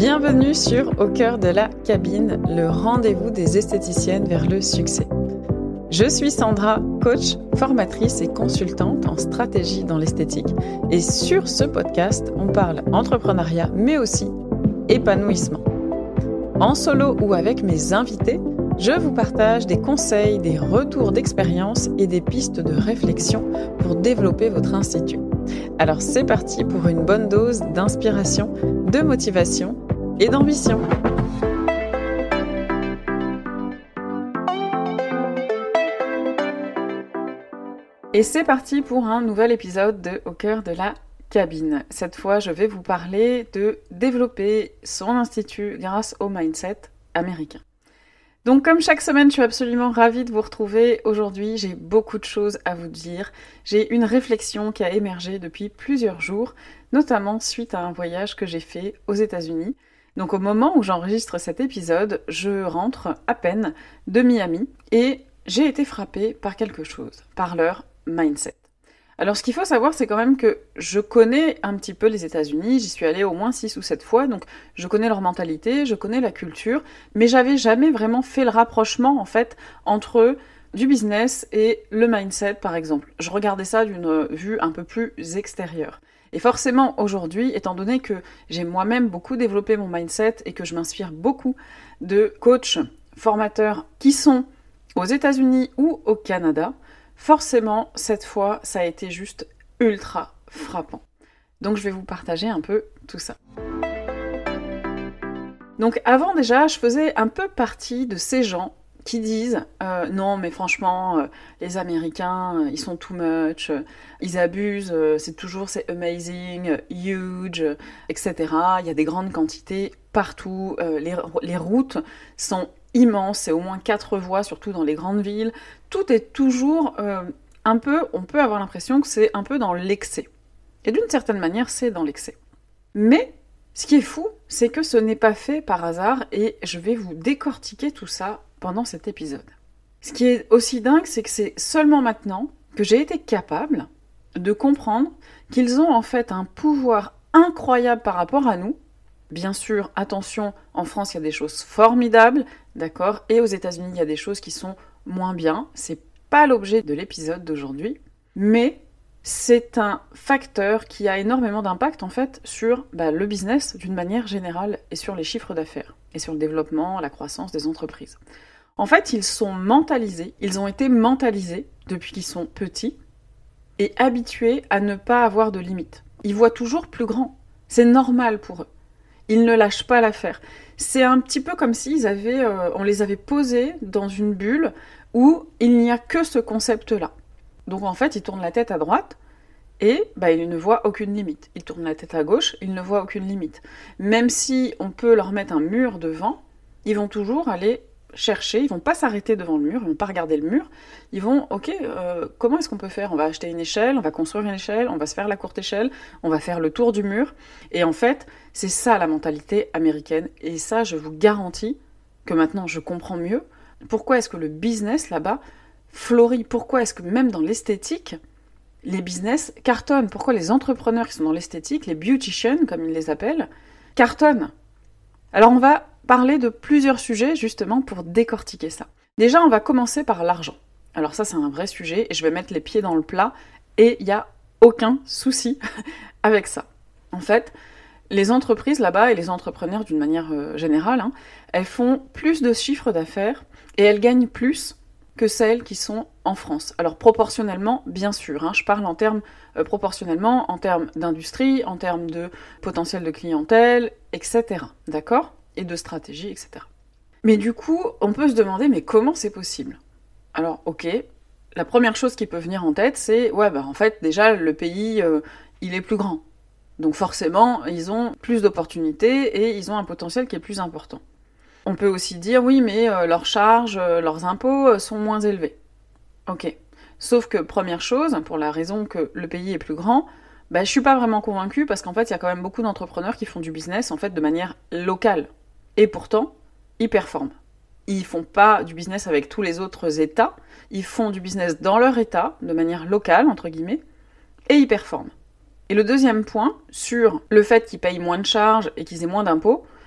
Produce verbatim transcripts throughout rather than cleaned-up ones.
Bienvenue sur Au cœur de la cabine, le rendez-vous des esthéticiennes vers le succès. Je suis Sandra, coach, formatrice et consultante en stratégie dans l'esthétique. Et sur ce podcast, on parle entrepreneuriat, mais aussi épanouissement. En solo ou avec mes invités, je vous partage des conseils, des retours d'expérience et des pistes de réflexion pour développer votre institut. Alors c'est parti pour une bonne dose d'inspiration, de motivation et d'ambition. Et c'est parti pour un nouvel épisode de Au cœur de la cabine. Cette fois, je vais vous parler de développer son institut grâce au mindset américain. Donc comme chaque semaine, je suis absolument ravie de vous retrouver. Aujourd'hui, j'ai beaucoup de choses à vous dire. J'ai une réflexion qui a émergé depuis plusieurs jours, notamment suite à un voyage que j'ai fait aux États-Unis. Donc au moment où j'enregistre cet épisode, je rentre à peine de Miami et j'ai été frappée par quelque chose, par leur mindset. Alors ce qu'il faut savoir, c'est quand même que je connais un petit peu les États-Unis, j'y suis allée au moins six ou sept fois, donc je connais leur mentalité, je connais la culture, mais j'avais jamais vraiment fait le rapprochement en fait entre du business et le mindset par exemple. Je regardais ça d'une vue un peu plus extérieure. Et forcément aujourd'hui, étant donné que j'ai moi-même beaucoup développé mon mindset et que je m'inspire beaucoup de coachs, formateurs qui sont aux États-Unis ou au Canada, forcément, cette fois, ça a été juste ultra frappant. Donc je vais vous partager un peu tout ça. Donc avant déjà, je faisais un peu partie de ces gens qui disent euh, « Non, mais franchement, euh, les Américains, euh, ils sont too much, euh, ils abusent, euh, c'est toujours c'est amazing, euh, huge, euh, et cetera. Il y a des grandes quantités partout, euh, les, les routes sont immenses, c'est au moins quatre voies, surtout dans les grandes villes. Tout est toujours euh, un peu, on peut avoir l'impression que c'est un peu dans l'excès. Et d'une certaine manière, c'est dans l'excès. Mais ce qui est fou, c'est que ce n'est pas fait par hasard et je vais vous décortiquer tout ça pendant cet épisode. Ce qui est aussi dingue, c'est que c'est seulement maintenant que j'ai été capable de comprendre qu'ils ont en fait un pouvoir incroyable par rapport à nous. Bien sûr, attention, en France, il y a des choses formidables, d'accord, et aux États-Unis, il y a des choses qui sont moins bien. C'est pas l'objet de l'épisode d'aujourd'hui, mais c'est un facteur qui a énormément d'impact en fait sur bah, le business d'une manière générale et sur les chiffres d'affaires et sur le développement, la croissance des entreprises. En fait, ils sont mentalisés, ils ont été mentalisés depuis qu'ils sont petits et habitués à ne pas avoir de limites. Ils voient toujours plus grand. C'est normal pour eux. Ils ne lâchent pas l'affaire. C'est un petit peu comme s'ils avaient, euh, on les avait posés dans une bulle où il n'y a que ce concept-là. Donc en fait, ils tournent la tête à droite et bah, ils ne voient aucune limite. Ils tournent la tête à gauche, ils ne voient aucune limite. Même si on peut leur mettre un mur devant, ils vont toujours aller chercher, ils vont pas s'arrêter devant le mur, ils vont pas regarder le mur, ils vont, ok, euh, comment est-ce qu'on peut faire ? On va acheter une échelle, on va construire une échelle, on va se faire la courte échelle, on va faire le tour du mur, et en fait, c'est ça la mentalité américaine, et ça, je vous garantis que maintenant je comprends mieux pourquoi est-ce que le business là-bas fleurit, pourquoi est-ce que même dans l'esthétique, les business cartonnent, pourquoi les entrepreneurs qui sont dans l'esthétique, les beauticians, comme ils les appellent, cartonnent. Alors on va parler de plusieurs sujets justement pour décortiquer ça. Déjà, on va commencer par l'argent. Alors ça, c'est un vrai sujet et je vais mettre les pieds dans le plat et il n'y a aucun souci avec ça. En fait, les entreprises là-bas et les entrepreneurs d'une manière euh, générale, hein, elles font plus de chiffre d'affaires et elles gagnent plus que celles qui sont en France. Alors proportionnellement, bien sûr, hein, je parle en termes euh, proportionnellement, en termes d'industrie, en termes de potentiel de clientèle, et cetera. D'accord ? Et de stratégie, et cetera. Mais du coup, on peut se demander, mais comment c'est possible ? Alors, ok, la première chose qui peut venir en tête, c'est, ouais, bah en fait, déjà, le pays, euh, il est plus grand. Donc forcément, ils ont plus d'opportunités et ils ont un potentiel qui est plus important. On peut aussi dire, oui, mais euh, leurs charges, euh, leurs impôts euh, sont moins élevés. Ok. Sauf que, première chose, pour la raison que le pays est plus grand, bah, je suis pas vraiment convaincue parce qu'en fait, il y a quand même beaucoup d'entrepreneurs qui font du business, en fait, de manière locale. Et pourtant, ils performent. Ils font pas du business avec tous les autres États, ils font du business dans leur État, de manière locale, entre guillemets, et ils performent. Et le deuxième point, sur le fait qu'ils payent moins de charges et qu'ils aient moins d'impôts,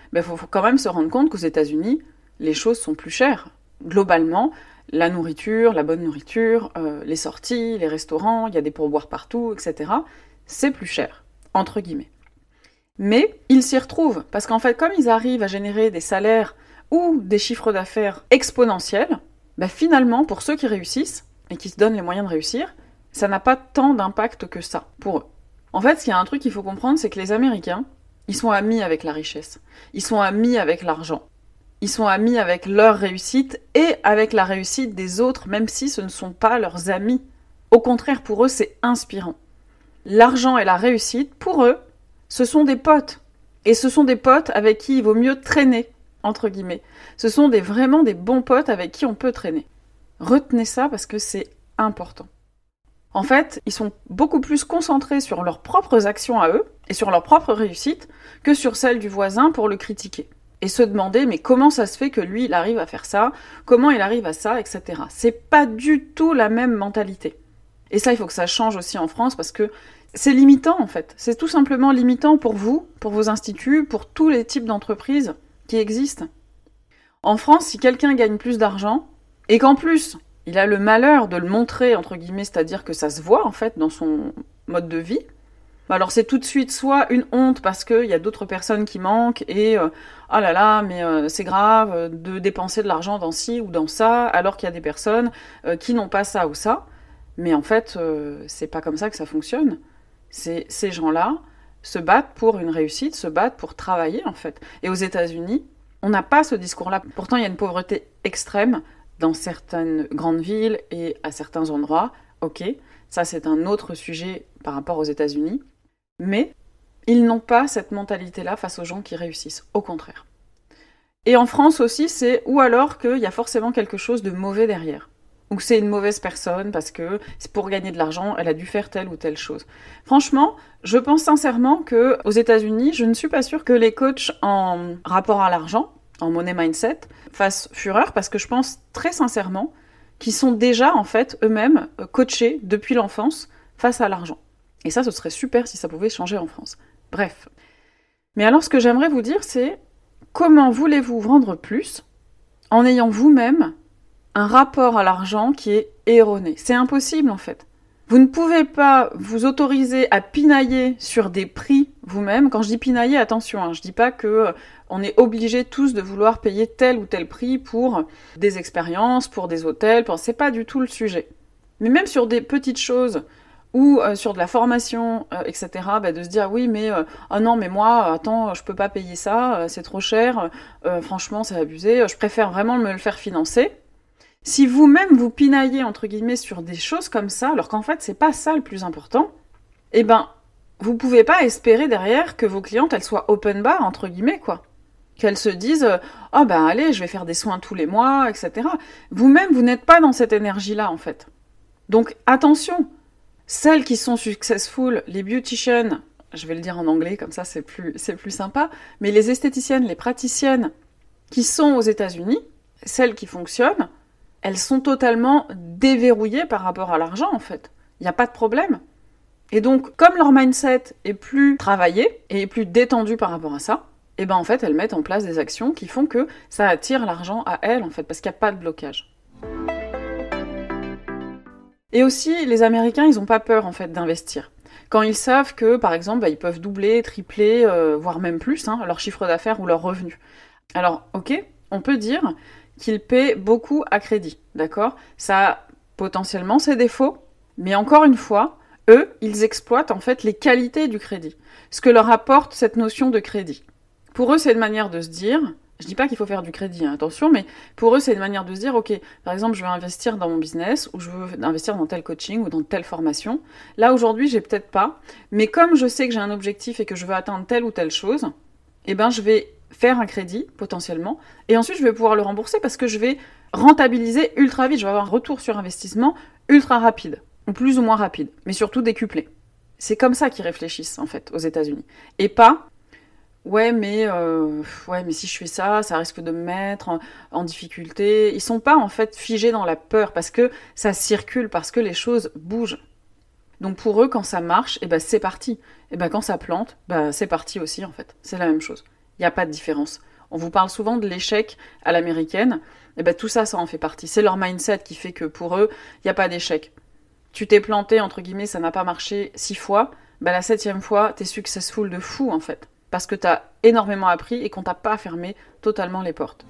ben, faut, faut quand même se rendre compte qu'aux États-Unis, les choses sont plus chères. Globalement, la nourriture, la bonne nourriture, euh, les sorties, les restaurants, il y a des pourboires partout, et cetera. C'est plus cher, entre guillemets. Mais ils s'y retrouvent, parce qu'en fait, comme ils arrivent à générer des salaires ou des chiffres d'affaires exponentiels, ben finalement, pour ceux qui réussissent, et qui se donnent les moyens de réussir, ça n'a pas tant d'impact que ça, pour eux. En fait, il y a un truc qu'il faut comprendre, c'est que les Américains, ils sont amis avec la richesse. Ils sont amis avec l'argent. Ils sont amis avec leur réussite et avec la réussite des autres, même si ce ne sont pas leurs amis. Au contraire, pour eux, c'est inspirant. L'argent et la réussite, pour eux, ce sont des potes. Et ce sont des potes avec qui il vaut mieux traîner, entre guillemets. Ce sont des, vraiment des bons potes avec qui on peut traîner. Retenez ça parce que c'est important. En fait, ils sont beaucoup plus concentrés sur leurs propres actions à eux et sur leur propre réussite que sur celle du voisin pour le critiquer. Et se demander, mais comment ça se fait que lui, il arrive à faire ça, comment il arrive à ça, et cetera. C'est pas du tout la même mentalité. Et ça, il faut que ça change aussi en France parce que c'est limitant en fait. C'est tout simplement limitant pour vous, pour vos instituts, pour tous les types d'entreprises qui existent. En France, si quelqu'un gagne plus d'argent et qu'en plus, il a le malheur de le montrer, entre guillemets, c'est-à-dire que ça se voit, en fait, dans son mode de vie. Alors c'est tout de suite soit une honte parce qu'il y a d'autres personnes qui manquent et euh, « oh là là, mais euh, c'est grave de dépenser de l'argent dans ci ou dans ça, alors qu'il y a des personnes euh, qui n'ont pas ça ou ça. » Mais en fait, euh, c'est pas comme ça que ça fonctionne. C'est, ces gens-là se battent pour une réussite, se battent pour travailler, en fait. Et aux États-Unis, on n'a pas ce discours-là. Pourtant, il y a une pauvreté extrême dans certaines grandes villes et à certains endroits, ok, ça c'est un autre sujet par rapport aux États-Unis, mais ils n'ont pas cette mentalité-là face aux gens qui réussissent, au contraire. Et en France aussi, c'est ou alors qu'il y a forcément quelque chose de mauvais derrière, ou que c'est une mauvaise personne parce que c'est pour gagner de l'argent, elle a dû faire telle ou telle chose. Franchement, je pense sincèrement qu'aux États-Unis, je ne suis pas sûre que les coachs en rapport à l'argent, en money mindset, fassent fureur, parce que je pense très sincèrement qu'ils sont déjà, en fait, eux-mêmes coachés depuis l'enfance face à l'argent. Et ça, ce serait super si ça pouvait changer en France. Bref. Mais alors, ce que j'aimerais vous dire, c'est comment voulez-vous vendre plus en ayant vous-même un rapport à l'argent qui est erroné ? C'est impossible, en fait. Vous ne pouvez pas vous autoriser à pinailler sur des prix vous-même. Quand je dis pinailler, attention, hein, je dis pas que euh, on est obligé tous de vouloir payer tel ou tel prix pour des expériences, pour des hôtels, pour... c'est pas du tout le sujet. Mais même sur des petites choses ou euh, sur de la formation, euh, et cetera, bah, de se dire oui, mais euh, ah non, mais moi, attends, je peux pas payer ça, euh, c'est trop cher, euh, franchement, c'est abusé, je préfère vraiment me le faire financer. Si vous-même vous pinaillez, entre guillemets, sur des choses comme ça, alors qu'en fait, c'est pas ça le plus important, eh ben, vous pouvez pas espérer derrière que vos clientes, elles soient open bar, entre guillemets, quoi. Qu'elles se disent « Oh ben allez, je vais faire des soins tous les mois, et cetera » Vous-même, vous n'êtes pas dans cette énergie-là, en fait. Donc, attention, celles qui sont successful, les beauticians, je vais le dire en anglais, comme ça c'est plus, c'est plus sympa, mais les esthéticiennes, les praticiennes qui sont aux États-Unis, celles qui fonctionnent, elles sont totalement déverrouillées par rapport à l'argent, en fait. Il n'y a pas de problème. Et donc, comme leur mindset est plus travaillé et est plus détendu par rapport à ça, et ben en fait, elles mettent en place des actions qui font que ça attire l'argent à elles, en fait, parce qu'il n'y a pas de blocage. Et aussi, les Américains, ils n'ont pas peur, en fait, d'investir. Quand ils savent que, par exemple, bah, ils peuvent doubler, tripler, euh, voire même plus, hein, leur chiffre d'affaires ou leurs revenus. Alors, ok, on peut dire qu'ils paient beaucoup à crédit, d'accord ? Ça a potentiellement ses défauts, mais encore une fois, eux, ils exploitent en fait les qualités du crédit, ce que leur apporte cette notion de crédit. Pour eux, c'est une manière de se dire, je dis pas qu'il faut faire du crédit, hein, attention, mais pour eux, c'est une manière de se dire, ok, par exemple, je veux investir dans mon business, ou je veux investir dans tel coaching, ou dans telle formation. Là, aujourd'hui, j'ai peut-être pas, mais comme je sais que j'ai un objectif et que je veux atteindre telle ou telle chose, eh ben, je vais faire un crédit, potentiellement, et ensuite, je vais pouvoir le rembourser parce que je vais rentabiliser ultra vite, je vais avoir un retour sur investissement ultra rapide, ou plus ou moins rapide, mais surtout décuplé. C'est comme ça qu'ils réfléchissent, en fait, aux États-Unis. Et pas... Ouais mais, euh, ouais, mais si je fais ça, ça risque de me mettre en, en difficulté. Ils sont pas en fait figés dans la peur parce que ça circule, parce que les choses bougent. Donc pour eux, quand ça marche, eh ben c'est parti. Et ben quand ça plante, ben c'est parti aussi en fait. C'est la même chose. Il n'y a pas de différence. On vous parle souvent de l'échec à l'américaine, et ben tout ça, ça en fait partie. C'est leur mindset qui fait que pour eux, il n'y a pas d'échec. Tu t'es planté, entre guillemets, ça n'a pas marché six fois, ben la septième fois, t'es successful de fou, en fait. Parce que t'as énormément appris et qu'on t'a pas fermé totalement les portes.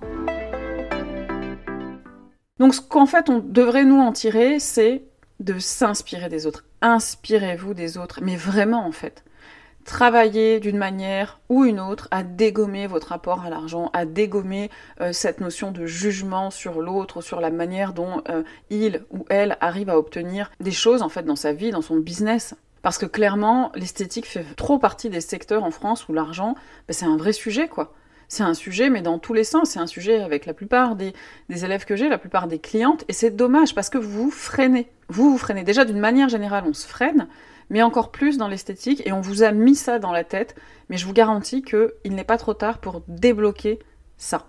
Donc ce qu'en fait, on devrait nous en tirer, c'est de s'inspirer des autres. Inspirez-vous des autres, mais vraiment, en fait. Travaillez d'une manière ou une autre à dégommer votre rapport à l'argent, à dégommer euh, cette notion de jugement sur l'autre, sur la manière dont euh, il ou elle arrive à obtenir des choses en fait dans sa vie, dans son business. Parce que clairement, l'esthétique fait trop partie des secteurs en France où l'argent, ben, c'est un vrai sujet, quoi. C'est un sujet, mais dans tous les sens. C'est un sujet avec la plupart des, des élèves que j'ai, la plupart des clientes, et c'est dommage parce que vous vous freinez. Vous vous freinez. Déjà, d'une manière générale, on se freine, mais encore plus dans l'esthétique, et on vous a mis ça dans la tête, mais je vous garantis qu'il n'est pas trop tard pour débloquer ça.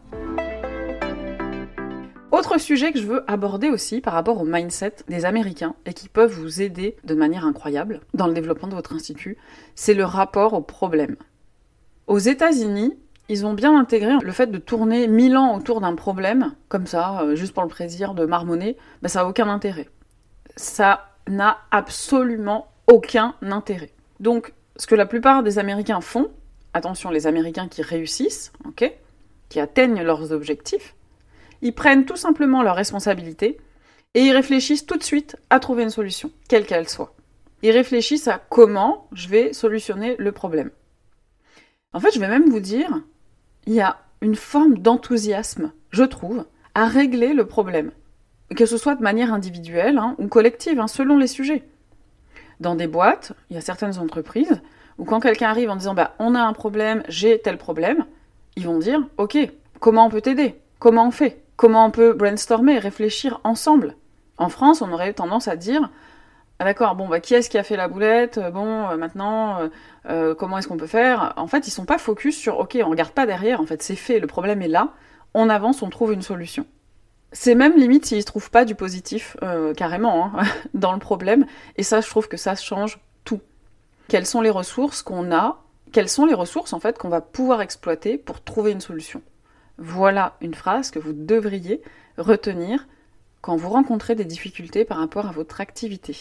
Autre sujet que je veux aborder aussi par rapport au mindset des Américains, et qui peuvent vous aider de manière incroyable dans le développement de votre institut, c'est le rapport au problème. Aux États-Unis, ils ont bien intégré le fait de tourner mille ans autour d'un problème, comme ça, euh, juste pour le plaisir de marmonner, ben ça n'a aucun intérêt. Ça n'a absolument aucun intérêt. Donc, ce que la plupart des Américains font, attention, les Américains qui réussissent, ok, qui atteignent leurs objectifs, ils prennent tout simplement leurs responsabilités et ils réfléchissent tout de suite à trouver une solution, quelle qu'elle soit. Ils réfléchissent à comment je vais solutionner le problème. En fait, je vais même vous dire, il y a une forme d'enthousiasme, je trouve, à régler le problème, que ce soit de manière individuelle hein, ou collective, hein, selon les sujets. Dans des boîtes, il y a certaines entreprises où quand quelqu'un arrive en disant bah, « on a un problème, j'ai tel problème », ils vont dire « ok, comment on peut t'aider ? Comment on fait ? Comment on peut brainstormer, réfléchir ensemble ?» En France, on aurait tendance à dire ah, « d'accord, bon, bah, qui est-ce qui a fait la boulette ? Bon, euh, maintenant, euh, euh, comment est-ce qu'on peut faire ?» En fait, ils sont pas focus sur « ok, on regarde pas derrière, en fait, c'est fait, le problème est là, on avance, on trouve une solution. » C'est même limite s'ils ne trouvent pas du positif, euh, carrément, hein, dans le problème. Et ça, je trouve que ça change tout. Quelles sont les ressources qu'on a ? Quelles sont les ressources, en fait, qu'on va pouvoir exploiter pour trouver une solution ? Voilà une phrase que vous devriez retenir quand vous rencontrez des difficultés par rapport à votre activité.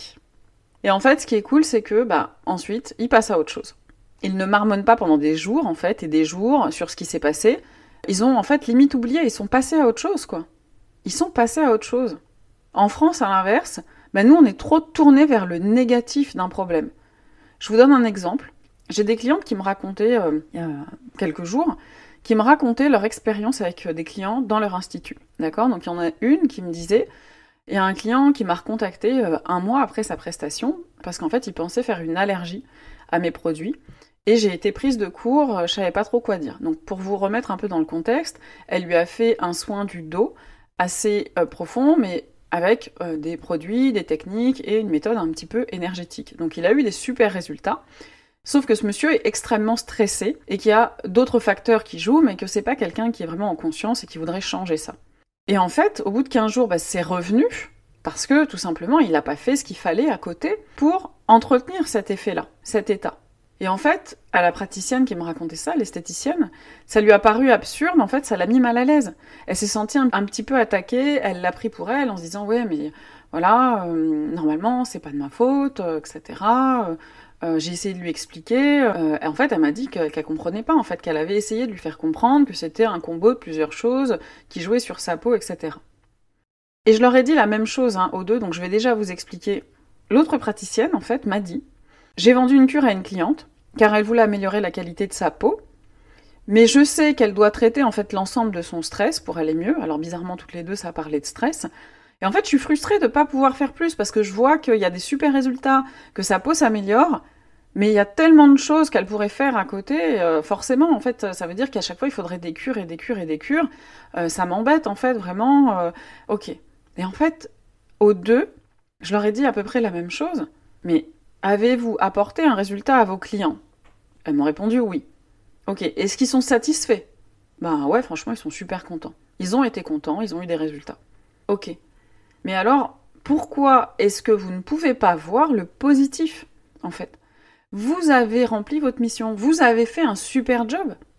Et en fait, ce qui est cool, c'est que, bah, ensuite, ils passent à autre chose. Ils ne marmonnent pas pendant des jours, en fait, et des jours sur ce qui s'est passé. Ils ont, en fait, limite oublié, ils sont passés à autre chose, quoi. Ils sont passés à autre chose. En France, à l'inverse, ben nous, on est trop tournés vers le négatif d'un problème. Je vous donne un exemple. J'ai des clientes qui me racontaient, euh, il y a quelques jours, qui me racontaient leur expérience avec des clients dans leur institut. D'accord ? Donc, il y en a une qui me disait, il y a un client qui m'a recontacté euh, un mois après sa prestation, parce qu'en fait, il pensait faire une allergie à mes produits. Et j'ai été prise de court, je savais pas trop quoi dire. Donc, pour vous remettre un peu dans le contexte, elle lui a fait un soin du dos, assez euh, profond, mais avec euh, des produits, des techniques et une méthode un petit peu énergétique. Donc il a eu des super résultats, sauf que ce monsieur est extrêmement stressé et qu'il y a d'autres facteurs qui jouent, mais que c'est pas quelqu'un qui est vraiment en conscience et qui voudrait changer ça. Et en fait, au bout de quinze jours, bah, c'est revenu, parce que tout simplement, il n'a pas fait ce qu'il fallait à côté pour entretenir cet effet-là, cet état. Et en fait, à la praticienne qui me racontait ça, l'esthéticienne, ça lui a paru absurde, en fait, ça l'a mis mal à l'aise. Elle s'est sentie un, un petit peu attaquée, elle l'a pris pour elle en se disant « ouais, mais voilà, euh, normalement, c'est pas de ma faute, euh, et cetera Euh, euh, j'ai essayé de lui expliquer. Euh, et en fait, elle m'a dit que, qu'elle comprenait pas, en fait, qu'elle avait essayé de lui faire comprendre que c'était un combo de plusieurs choses qui jouaient sur sa peau, et cetera. Et je leur ai dit la même chose hein, aux deux, donc je vais déjà vous expliquer. L'autre praticienne, en fait, m'a dit « j'ai vendu une cure à une cliente, car elle voulait améliorer la qualité de sa peau, mais je sais qu'elle doit traiter en fait l'ensemble de son stress pour aller mieux. » Alors bizarrement, toutes les deux, ça parlait de stress. Et en fait, je suis frustrée de ne pas pouvoir faire plus, parce que je vois qu'il y a des super résultats, que sa peau s'améliore, mais il y a tellement de choses qu'elle pourrait faire à côté. Euh, forcément, en fait, ça veut dire qu'à chaque fois, il faudrait des cures et des cures et des cures. Euh, ça m'embête, en fait, vraiment. Euh, ok. Et en fait, aux deux, je leur ai dit à peu près la même chose, mais avez-vous apporté un résultat à vos clients ? Elles m'ont répondu oui. Ok, est-ce qu'ils sont satisfaits ? Ben ouais, franchement, ils sont super contents. Ils ont été contents, ils ont eu des résultats. Ok. Mais alors, pourquoi est-ce que vous ne pouvez pas voir le positif, en fait ? Vous avez rempli votre mission, vous avez fait un super job.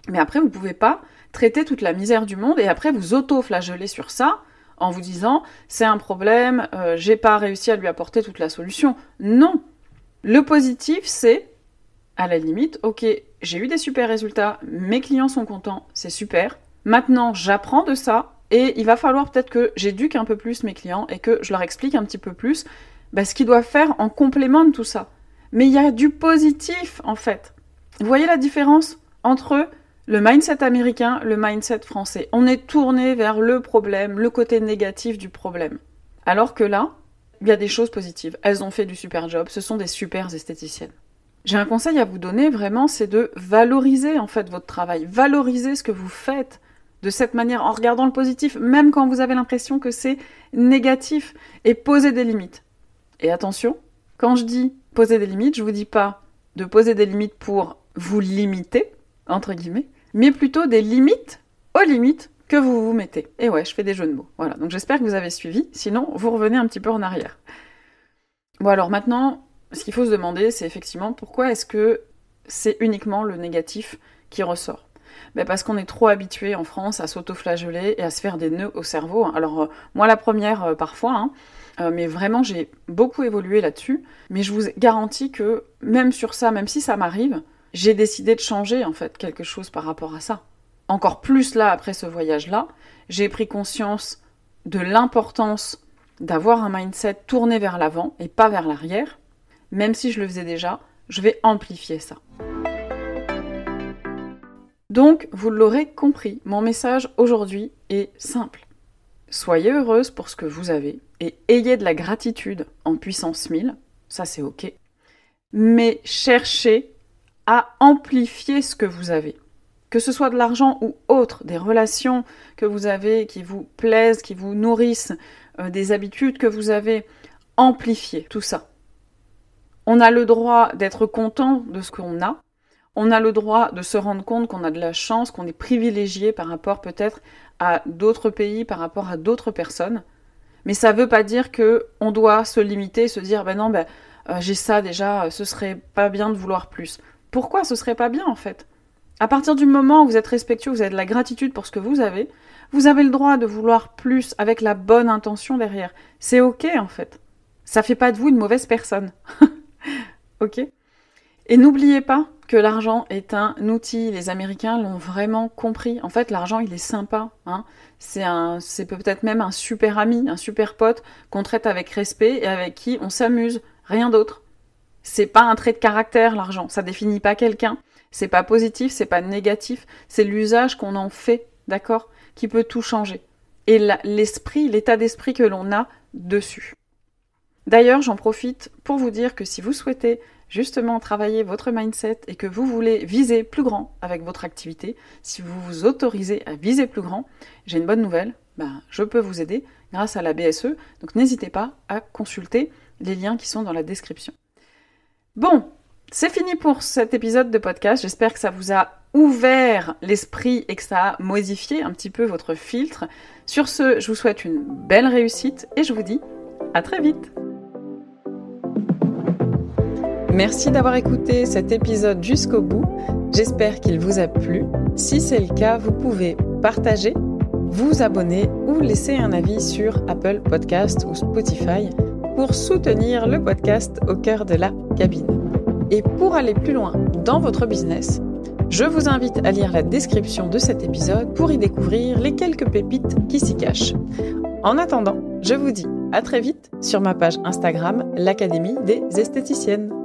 Mais après, vous pouvez pas traiter toute la misère du monde et après vous auto-flageller sur ça en vous disant « c'est un problème, euh, j'ai pas réussi à lui apporter toute la solution ». Non. Le positif, c'est, à la limite, ok, j'ai eu des super résultats, mes clients sont contents, c'est super. Maintenant, j'apprends de ça et il va falloir peut-être que j'éduque un peu plus mes clients et que je leur explique un petit peu plus bah, ce qu'ils doivent faire en complément de tout ça. Mais il y a du positif, en fait. Vous voyez la différence entre le mindset américain, le mindset français? On est tourné vers le problème, le côté négatif du problème. Alors que là, il y a des choses positives. Elles ont fait du super job, ce sont des super esthéticiennes. J'ai un conseil à vous donner, vraiment, c'est de valoriser, en fait, votre travail. Valoriser ce que vous faites de cette manière, en regardant le positif, même quand vous avez l'impression que c'est négatif, et poser des limites. Et attention, quand je dis poser des limites, je vous dis pas de poser des limites pour vous limiter, entre guillemets, mais plutôt des limites aux limites que vous vous mettez. Et ouais, je fais des jeux de mots. Voilà, donc j'espère que vous avez suivi, sinon vous revenez un petit peu en arrière. Bon alors maintenant, ce qu'il faut se demander, c'est effectivement pourquoi est-ce que c'est uniquement le négatif qui ressort? Ben parce qu'on est trop habitué en France à s'auto-flageller et à se faire des nœuds au cerveau. Alors euh, moi la première euh, parfois, hein, euh, mais vraiment j'ai beaucoup évolué là-dessus, mais je vous garantis que même sur ça, même si ça m'arrive, j'ai décidé de changer en fait quelque chose par rapport à ça. Encore plus là, après ce voyage-là, j'ai pris conscience de l'importance d'avoir un mindset tourné vers l'avant et pas vers l'arrière. Même si je le faisais déjà, je vais amplifier ça. Donc, vous l'aurez compris, mon message aujourd'hui est simple. Soyez heureuse pour ce que vous avez et ayez de la gratitude en puissance mille, ça c'est ok. Mais cherchez à amplifier ce que vous avez. Que ce soit de l'argent ou autre, des relations que vous avez qui vous plaisent, qui vous nourrissent, euh, des habitudes que vous avez, amplifiez tout ça. On a le droit d'être content de ce qu'on a. On a le droit de se rendre compte qu'on a de la chance, qu'on est privilégié par rapport peut-être à d'autres pays, par rapport à d'autres personnes. Mais ça ne veut pas dire qu'on doit se limiter, se dire ben non, ben, euh, j'ai ça déjà, ce serait pas bien de vouloir plus. Pourquoi ce serait pas bien en fait? À partir du moment où vous êtes respectueux, vous avez de la gratitude pour ce que vous avez, vous avez le droit de vouloir plus avec la bonne intention derrière. C'est ok en fait. Ça fait pas de vous une mauvaise personne. Ok? Et n'oubliez pas que l'argent est un outil. Les Américains l'ont vraiment compris. En fait, l'argent, il est sympa. Hein. C'est, un, c'est peut-être même un super ami, un super pote qu'on traite avec respect et avec qui on s'amuse. Rien d'autre. C'est pas un trait de caractère, l'argent. Ça définit pas quelqu'un. C'est pas positif, c'est pas négatif. C'est l'usage qu'on en fait, d'accord, qui peut tout changer. Et la, l'esprit, l'état d'esprit que l'on a dessus. D'ailleurs, j'en profite pour vous dire que si vous souhaitez justement travailler votre mindset et que vous voulez viser plus grand avec votre activité, si vous vous autorisez à viser plus grand, j'ai une bonne nouvelle, ben, je peux vous aider grâce à la B S E, donc n'hésitez pas à consulter les liens qui sont dans la description. Bon, c'est fini pour cet épisode de podcast, j'espère que ça vous a ouvert l'esprit et que ça a modifié un petit peu votre filtre. Sur ce, je vous souhaite une belle réussite et je vous dis à très vite. Merci d'avoir écouté cet épisode jusqu'au bout. J'espère qu'il vous a plu. Si c'est le cas, vous pouvez partager, vous abonner ou laisser un avis sur Apple Podcast ou Spotify pour soutenir le podcast au cœur de la cabine. Et pour aller plus loin dans votre business, je vous invite à lire la description de cet épisode pour y découvrir les quelques pépites qui s'y cachent. En attendant, je vous dis à très vite sur ma page Instagram, l'Académie des esthéticiennes.